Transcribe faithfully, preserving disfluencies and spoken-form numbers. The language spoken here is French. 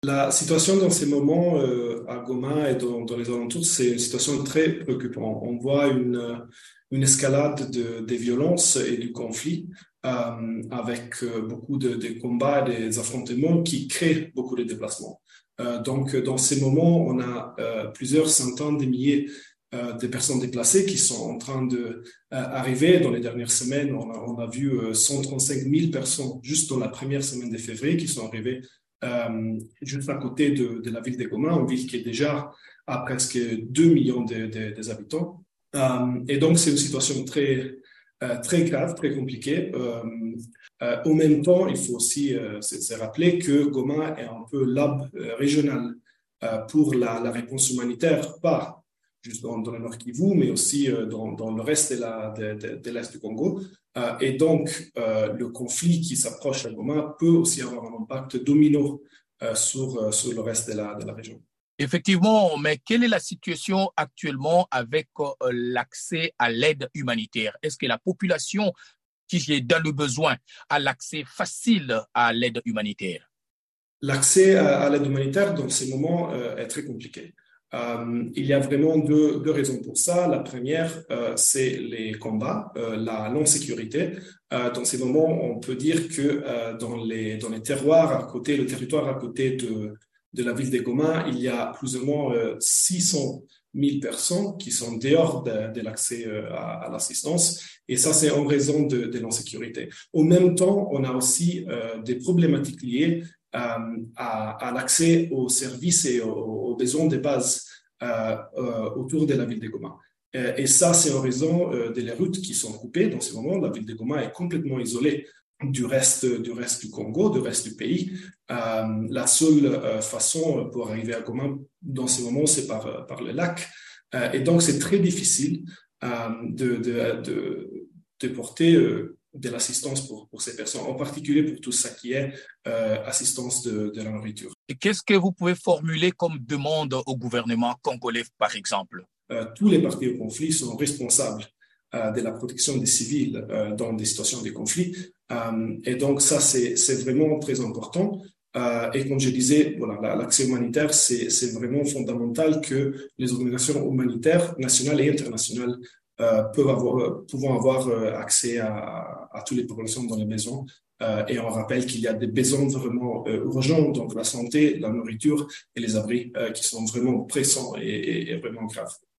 La situation dans ces moments euh, à Goma et dans, dans les alentours, c'est une situation très préoccupante. On voit une, euh, une escalade de, des violences et du conflit euh, avec euh, beaucoup de, de combats et des affrontements qui créent beaucoup de déplacements. Euh, donc, dans ces moments, on a euh, plusieurs centaines de milliers euh, de personnes déplacées qui sont en train de euh, arriver. Dans les dernières semaines, on a, on a vu euh, cent trente-cinq mille personnes juste dans la première semaine de février qui sont arrivées euh, juste à côté de, de la ville de Goma, une ville qui est déjà à presque deux millions de, de, de habitants. Euh, et donc, c'est une situation très, euh, très grave, très compliquée. Euh, euh, en même temps, il faut aussi euh, se, se rappeler que Goma est un peu l'hub euh, régional euh, pour la, la réponse humanitaire, pas juste dans, dans le Nord Kivu, mais aussi euh, dans, dans le reste de la, de, de, de l'Est du Congo. Euh, et donc, euh, le conflit qui s'approche à Goma peut aussi avoir un impact domino euh, sur, euh, sur le reste de la, de la région. Effectivement, mais quelle est la situation actuellement avec euh, l'accès à l'aide humanitaire? Est-ce que la population qui est dans le besoin a l'accès facile à l'aide humanitaire? L'accès à, à l'aide humanitaire dans ces moments euh, est très compliqué. Euh, il y a vraiment deux, deux raisons pour ça. La première, euh, c'est les combats, euh, la non-sécurité. Euh, dans ces moments, on peut dire que euh, dans les, dans les terroirs à côté, le territoire à côté de, de la ville de Goma, il y a plus ou moins euh, six cent mille personnes qui sont dehors de, de l'accès euh, à, à l'assistance. Et ça, c'est en raison de, de l'insécurité. Au même temps, on a aussi euh, des problématiques liées euh, à, à l'accès aux services et aux, aux besoins de base euh, euh, autour de la ville de Goma. Euh, et ça, c'est en raison euh, des routes qui sont coupées. Dans ce moment, la ville de Goma est complètement isolée du reste du reste du Congo, du reste du pays. Euh, la seule euh, façon pour arriver à Goma dans ce moment, c'est par par le lac. Euh, et donc, c'est très difficile euh, de, de, de, de porter euh, de l'assistance pour, pour ces personnes, en particulier pour tout ça qui est euh, assistance de, de la nourriture. Et qu'est-ce que vous pouvez formuler comme demande au gouvernement congolais, par exemple? Euh, tous les partis au conflit sont responsables euh, de la protection des civils euh, dans des situations de conflit. Euh, et donc, ça, c'est, c'est vraiment très important. Euh, et comme je disais, voilà, l'accès humanitaire, c'est, c'est vraiment fondamental que les organisations humanitaires nationales et internationales euh, peuvent avoir, pouvant avoir euh, accès à, à toutes les populations dans les besoins. Euh, et on rappelle qu'il y a des besoins vraiment euh, urgents, donc la santé, la nourriture et les abris euh, qui sont vraiment pressants et, et, et vraiment graves.